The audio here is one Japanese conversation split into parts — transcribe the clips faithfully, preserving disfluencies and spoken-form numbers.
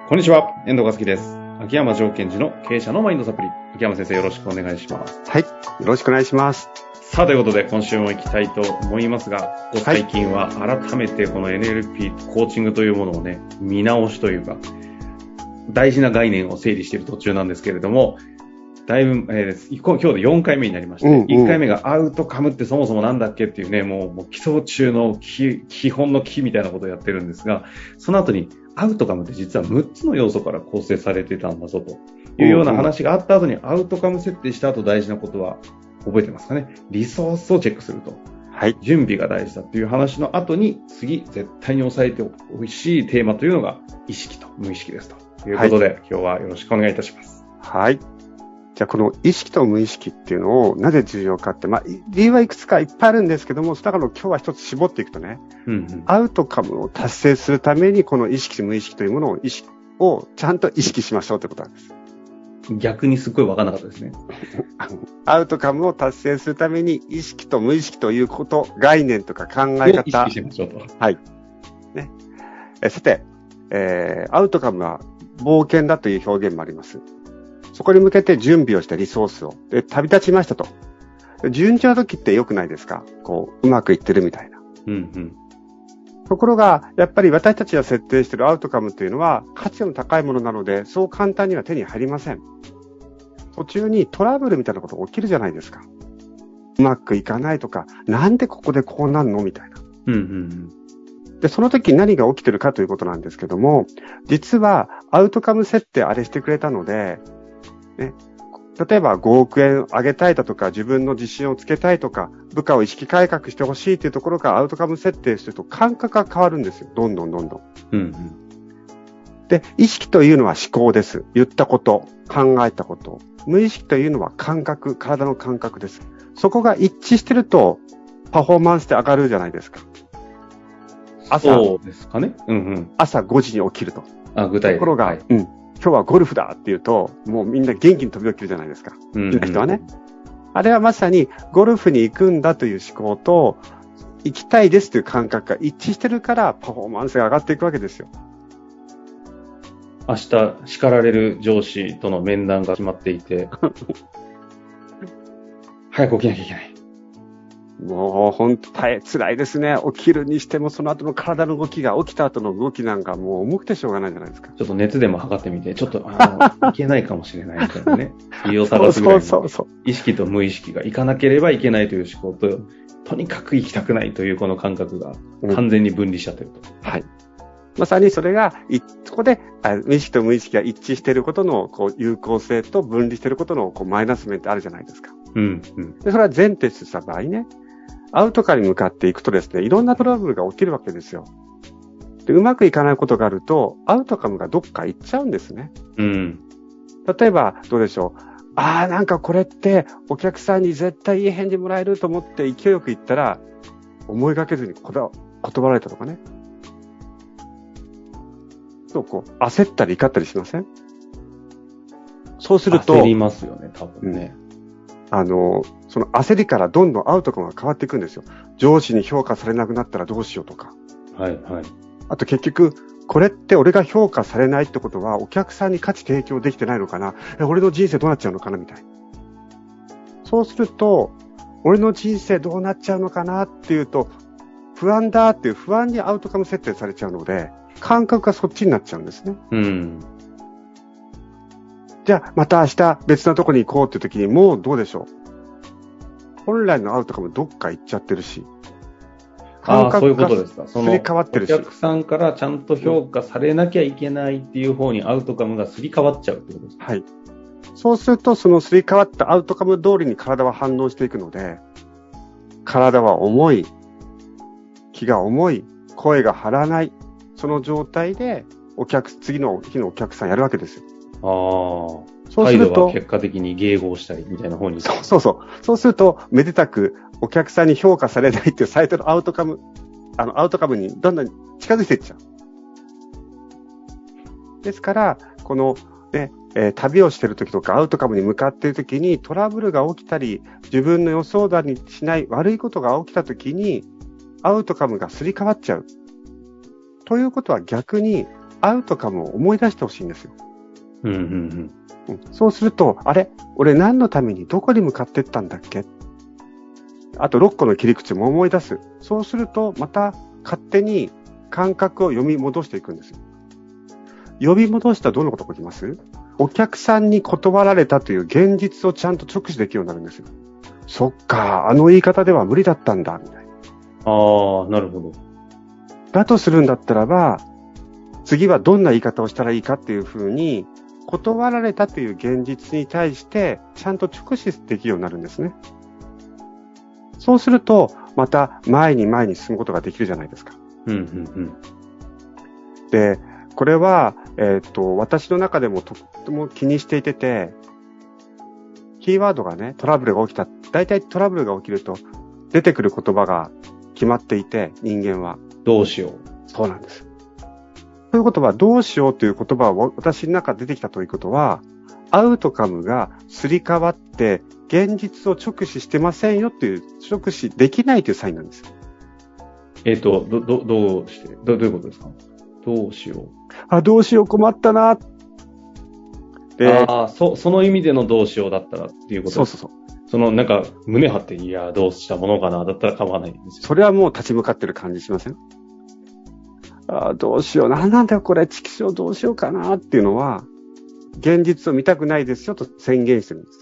こんにちは、遠藤和樹です。秋山条件時の経営者のマインドサプリ。秋山先生、よろしくお願いします。 はい、よろしくお願いします。 さあ、ということで今週も行きたいと思いますが、ここ最近は改めてこの エヌエルピー コーチングというものをね、見直しというか、大事な概念を整理している途中なんですけれども、だいぶ、えー、今日でよんかいめになりまして、うんうん、いっかいめがアウトカムってそもそもなんだっけっていうね、もう、もう基礎中の基本の基みたいなことをやってるんですが、その後にアウトカムって実はむっつの要素から構成されてたんだぞというような話があった後に、アウトカム設定した後大事なことは覚えてますかね。リソースをチェックすると。はい。準備が大事だっていう話の後に、次絶対に押さえてほしいテーマというのが意識と無意識ですということで、はい、今日はよろしくお願いいたします。 はい。じゃあこの意識と無意識っていうのをなぜ重要かって、まあ理由はいくつかいっぱいあるんですけども、だから今日は一つ絞っていくとね、うんうん、アウトカムを達成するためにこの意識無意識というものを意識をちゃんと意識しましょうってことなんです。 逆にすっごい分からなかったですね。 アウトカムを達成するために意識と無意識ということ、概念とか考え方。 意識しましょうと。 はい。ね。えさて、えー、アウトカムは冒険だという表現もあります。そこに向けて準備をしたリソースを。で、旅立ちましたと。順調な時って良くないですか？こう、うまくいってるみたいな。うんうん。ところが、やっぱり私たちが設定しているアウトカムというのは価値の高いものなので、そう簡単には手に入りません。途中にトラブルみたいなことが起きるじゃないですか。うまくいかないとか、なんでここでこうなんのみたいな。うんうんうん。で、その時何が起きてるかということなんですけども、実はアウトカム設定あれしてくれたので、ね、例えばごおくえん上げたいだとか、自分の自信をつけたいとか、部下を意識改革してほしいというところからアウトカム設定すると感覚が変わるんですよ。どんどんどんどん。うんうん、で、意識というのは思考です。言ったこと、考えたこと。無意識というのは感覚、体の感覚です。そこが一致してると、パフォーマンスって上がるじゃないですか。 朝、そうですかね。うんうん、 朝ごじに起きると。 あ、具体的。 ところが、はい、うん。今日はゴルフだって言うと、もうみんな元気に飛び起きるじゃないですか。うんうん、人はね。あれはまさにゴルフに行くんだという思考と、行きたいですという感覚が一致してるからパフォーマンスが上がっていくわけですよ。 明日叱られる上司との面談が決まっていて、早く起きなきゃいけない。 もう本当大変辛いですね。起きるにしてもその後の体の動きが、起きた後の動きなんかもう重くてしょうがないじゃないですか。 ちょっと熱でも測ってみて、ちょっとあのいけないかもしれないみたいなね。理由を探すぐらいの意識と無意識が行かなければいけないという思考と、とにかく行きたくないというこの感覚が完全に分離しちゃってると。 うん、はい。まさにそれが、そこで無意識と無意識が一致していることのこう有効性と分離していることのこうマイナス面ってあるじゃないですか。うんうん、でそれは前提とした場合ね。アウトカムに向かっていくとですね、いろんなトラブルが起きるわけですよ。で、うまくいかないことがあると、アウトカムがどっか行っちゃうんですね。うん。例えば、どうでしょう。ああ、なんかこれってお客さんに絶対いい返事もらえると思って勢いよく言ったら、思いがけずに断られたとかね。そう、こう、焦ったり怒ったりしません？そうすると。 焦りますよね、多分ね。 うんあの、その焦りからどんどんアウトカムが変わっていくんですよ。上司に評価されなくなったらどうしようとか。はいはい。あと結局、これって俺が評価されないってことはお客さんに価値提供できてないのかな？え、俺の人生どうなっちゃうのかなみたいな。そうすると、俺の人生どうなっちゃうのかなっていうと、不安だっていう不安にアウトカム設定されちゃうので、感覚がそっちになっちゃうんですね。うん。じゃあ、また明日別なとこに行こうっていう時にもうどうでしょう。本来のアウトカムどっか行っちゃってるし。 感覚がすり替わってるし。 お客さんからちゃんと評価されなきゃいけないっていう方にアウトカムがすり替わっちゃうってことですか？ はい。そうすると、そのすり替わったアウトカム通りに体は反応していくので、体は重い、気が重い、声が張らない、その状態でお客、次の日のお客さんやるわけですよ。ああ。 そうすると。結果的に迎合したりみたいな方に。 そうそうそう。そうすると、めでたくお客さんに評価されないっていうサイトのアウトカム、あの、アウトカムにどんどん近づいていっちゃう。ですから、この、ね、えー、旅をしている時とかアウトカムに向かっている時にトラブルが起きたり、自分の予想だにしない悪いことが起きた時に、アウトカムがすり替わっちゃう。ということは逆に、 アウトカムを思い出してほしいんですよ。 うんうんうんうん、そうすると、あれ俺何のためにどこに向かってったんだっけ、あとろっこの切り口も思い出す。そうすると、また勝手に感覚を読み戻していくんですよ。呼び戻したらどんなことが起きます？お客さんに断られたという現実をちゃんと直視できるようになるんですよ。そっか、あの言い方では無理だったんだ、みたいな。 ああ、なるほど。 だとするんだったらば、次はどんな言い方をしたらいいかっていうふうに、断られたという現実に対して、ちゃんと直視できるようになるんですね。そうすると、また前に前に進むことができるじゃないですか。 うんうんうん。 で、これは、えっと、私の中でもとっても気にしていてて、キーワードがね、トラブルが起きた。大体トラブルが起きると、出てくる言葉が決まっていて、人間は。 どうしよう。 そうなんです。ということは、どうしようという言葉が私の中で出てきたということは、アウトカムがすり替わって、現実を直視してませんよっていう、直視できないというサインなんです。 えっと、ど、ど、どうして、ど、どういうことですか？どうしよう。 あ、どうしよう困ったな。 で、ああ、そ、その意味でのどうしようだったらっていうことです。そうそうそう。その、なんか、胸張って、いや、どうしたものかな、だったら構わないんですよ。 それはもう立ち向かってる感じしません？ああ、どうしよう。なんなんだよ、これ、チキショーどうしようかなっていうのは、現実を見たくないですよと宣言してるんです。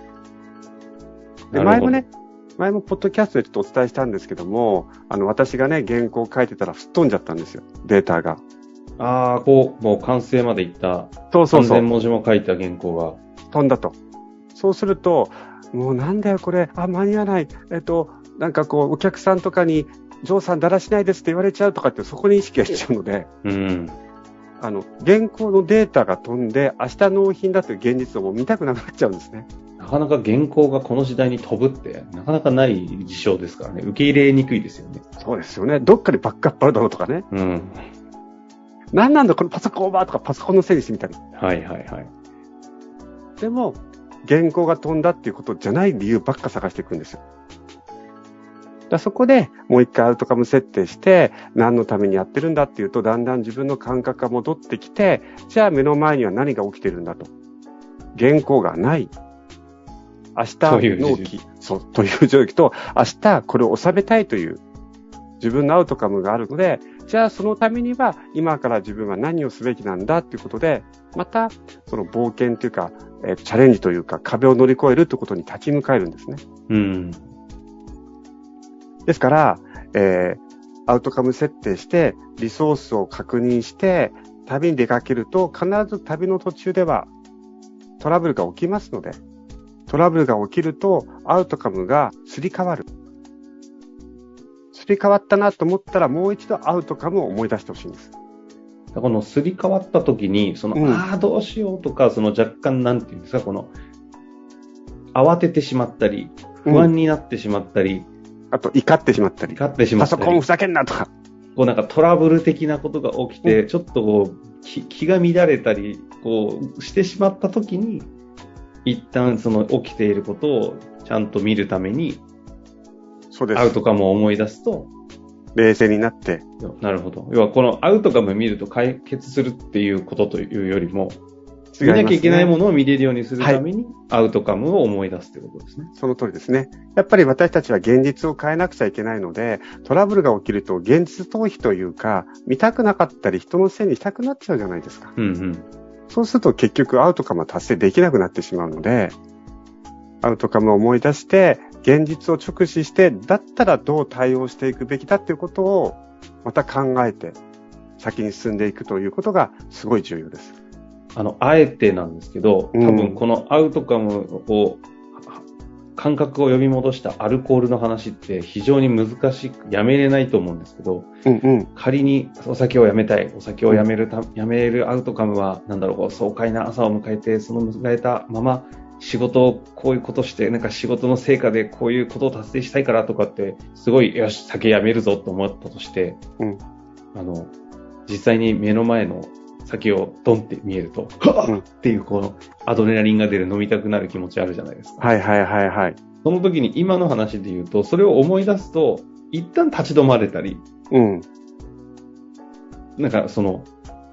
で、前もね、前もポッドキャストでちょっとお伝えしたんですけども、あの、私がね、原稿を書いてたら吹っ飛んじゃったんですよ、データが。 ああ、こう、もう完成までいった。 そうそうそう。 さんぜんもじも書いた原稿が。 飛んだと。そうすると、もうなんだよこれ、あ、間に合わない。えっと、なんかこう、お客さんとかに、ジョーさんだらしないですって言われちゃうとかって、そこに意識がいっちゃうので、 うん。 あの、現行のデータが飛んで、明日納品だという現実をもう見たくなくなっちゃうんですね。 なかなか原稿がこの時代に飛ぶって、なかなかない事象ですからね。受け入れにくいですよね。 そうですよね。どっかでバックアップあるだろうとかね。 うん。 なんなんだこのパソコンオーバーとかパソコンのせいにしてみたり。 はいはいはい。 でも、原稿が飛んだっていうことじゃない理由ばっか探していくんですよ。だそこでもう一回アウトカム設定して、何のためにやってるんだっていうと、だんだん自分の感覚が戻ってきて、じゃあ目の前には何が起きてるんだと。原稿がない。明日納期、そう、という状況と、明日これを収めたいという自分のアウトカムがあるので、じゃあそのためには今から自分は何をすべきなんだっていうことで、またその冒険というか、えー、チャレンジというか壁を乗り越えるということに立ち向かえるんですね。 うん。 ですから、えー、アウトカム設定してリソースを確認して旅に出かけると必ず旅の途中ではトラブルが起きますので、トラブルが起きるとアウトカムがすり替わる。すり替わったなと思ったらもう一度アウトカムを思い出してほしいんです。 このすり替わった時に、その、うん、ああ、どうしようとか、その若干なんていうんですか、この、慌ててしまったり、不安になってしまったり、うん、 あと怒ってしまったり、 怒ってしまったり、 パソコンふざけんなとか、 こうなんかトラブル的なことが起きて、うん、ちょっとこう気、気が乱れたり、こうしてしまった時に、一旦その起きていることをちゃんと見るために、 そうです。 アウトカムを思い出すと、 冷静になって。 なるほど。要はこのアウトカムを見ると解決するっていうことというよりも、見なきゃいけないものを見れるようにするために、アウトカムを思い出すということですね。 その通りですね。やっぱり私たちは現実を変えなくちゃいけないので、トラブルが起きると現実逃避というか、見たくなかったり人のせいにしたくなっちゃうじゃないですか。 うんうん。 そうすると結局アウトカムは達成できなくなってしまうので、アウトカムを思い出して、現実を直視して、だったらどう対応していくべきだっていうことをまた考えて先に進んでいくということがすごい重要です。 あの、あえてなんですけど、多分このアウトカムを、感覚を呼び戻したアルコールの話って非常に難しくやめれないと思うんですけど、 うんうん、 仮にお酒をやめたい、お酒をやめるた、うん、やめるアウトカムは、なんだろう、こう爽快な朝を迎えて、その迎えたまま、仕事をこういうことして、なんか仕事の成果でこういうことを達成したいからとかって、すごい、よし、酒やめるぞと思ったとして、 うん、 あの、実際に目の前の酒をドンって見えると、はぁ、うん、っていうこのアドレナリンが出る飲みたくなる気持ちあるじゃないですか。 はいはいはいはい。 その時に今の話で言うと、それを思い出すと、一旦立ち止まれたり、 うん。 なんかその、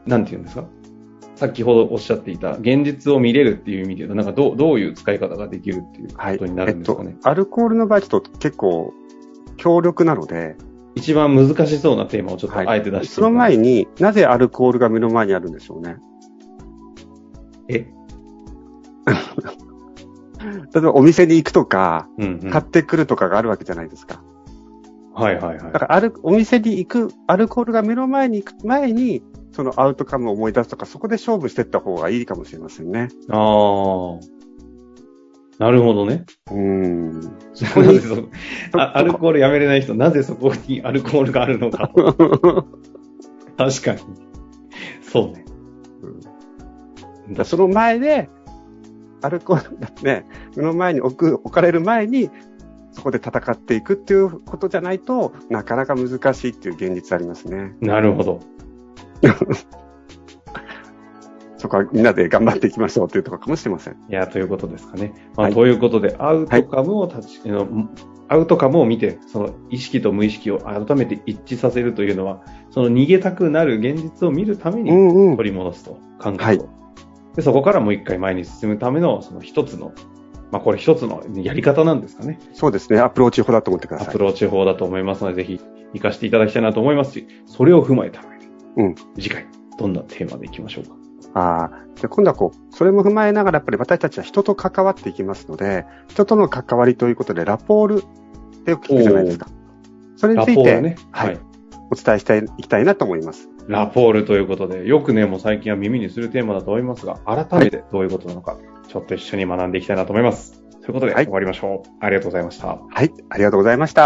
なんていうんですか、先ほどおっしゃっていた現実を見れるっていう意味で言うと、なんかどう、どういう使い方ができるっていうことになるんですかね。 はい、えっと、アルコールの場合ちょっと結構強力なので、 一番難しそうなテーマをちょっとあえて出して、はい、 その前になぜアルコールが目の前にあるんでしょうね。 え例えばお店に行くとか、 うんうん、 買ってくるとかがあるわけじゃないですか。 はいはいはい。 だからある、お店に行く、アルコールが目の前に行く前に、そのアウトカムを思い出すとか、そこで勝負していった方がいいかもしれませんね。 ああ。なるほどね。 うーん。 そこにあアルコールやめれない人、なぜそこにアルコールがあるのか。確かに。そうね。 うん、だその前で、アルコールがね、目の前に置く、置かれる前に、そこで戦っていくっていうことじゃないとなかなか難しいっていう現実ありますね。 なるほど。 そこはみんなで頑張っていきましょうというところかもしれません。 いや、ということですかね。まあ、はい、ということで、アウトカムを立ち、はい、アウトカムを見て、その意識と無意識を改めて一致させるというのは、その逃げたくなる現実を見るために取り戻すと、うんうん、感覚を、はい。で、そこからもう一回前に進むための、その一つの、まあこれ一つのやり方なんですかね。 そうですね。アプローチ法だと思ってください。 アプローチ法だと思いますので、ぜひ活かしていただきたいなと思いますし、それを踏まえた上で、うん、次回、どんなテーマでいきましょうか。 ああ、で今度はこう、それも踏まえながらやっぱり私たちは人と関わっていきますので、人との関わりということで、ラポールってよく聞くじゃないですか。それについて、ね、はい、はい、お伝えしていきたいなと思います。 ラポールということで、よくね、もう最近は耳にするテーマだと思いますが、改めてどういうことなのか、はい、ちょっと一緒に学んでいきたいなと思います。ということで、はい、終わりましょう。ありがとうございました。 はい、ありがとうございました。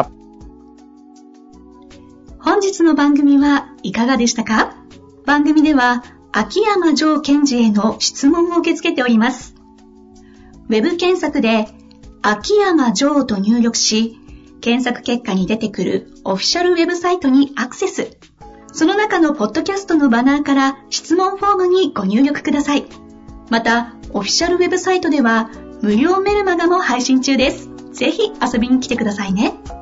本日の番組はいかがでしたか？番組では、秋山城賢治への質問を受け付けております。ウェブ検索で、秋山城と入力し、検索結果に出てくるオフィシャルウェブサイトにアクセス。その中のポッドキャストのバナーから質問フォームにご入力ください。また、オフィシャルウェブサイトでは無料メルマガも配信中です。ぜひ遊びに来てくださいね。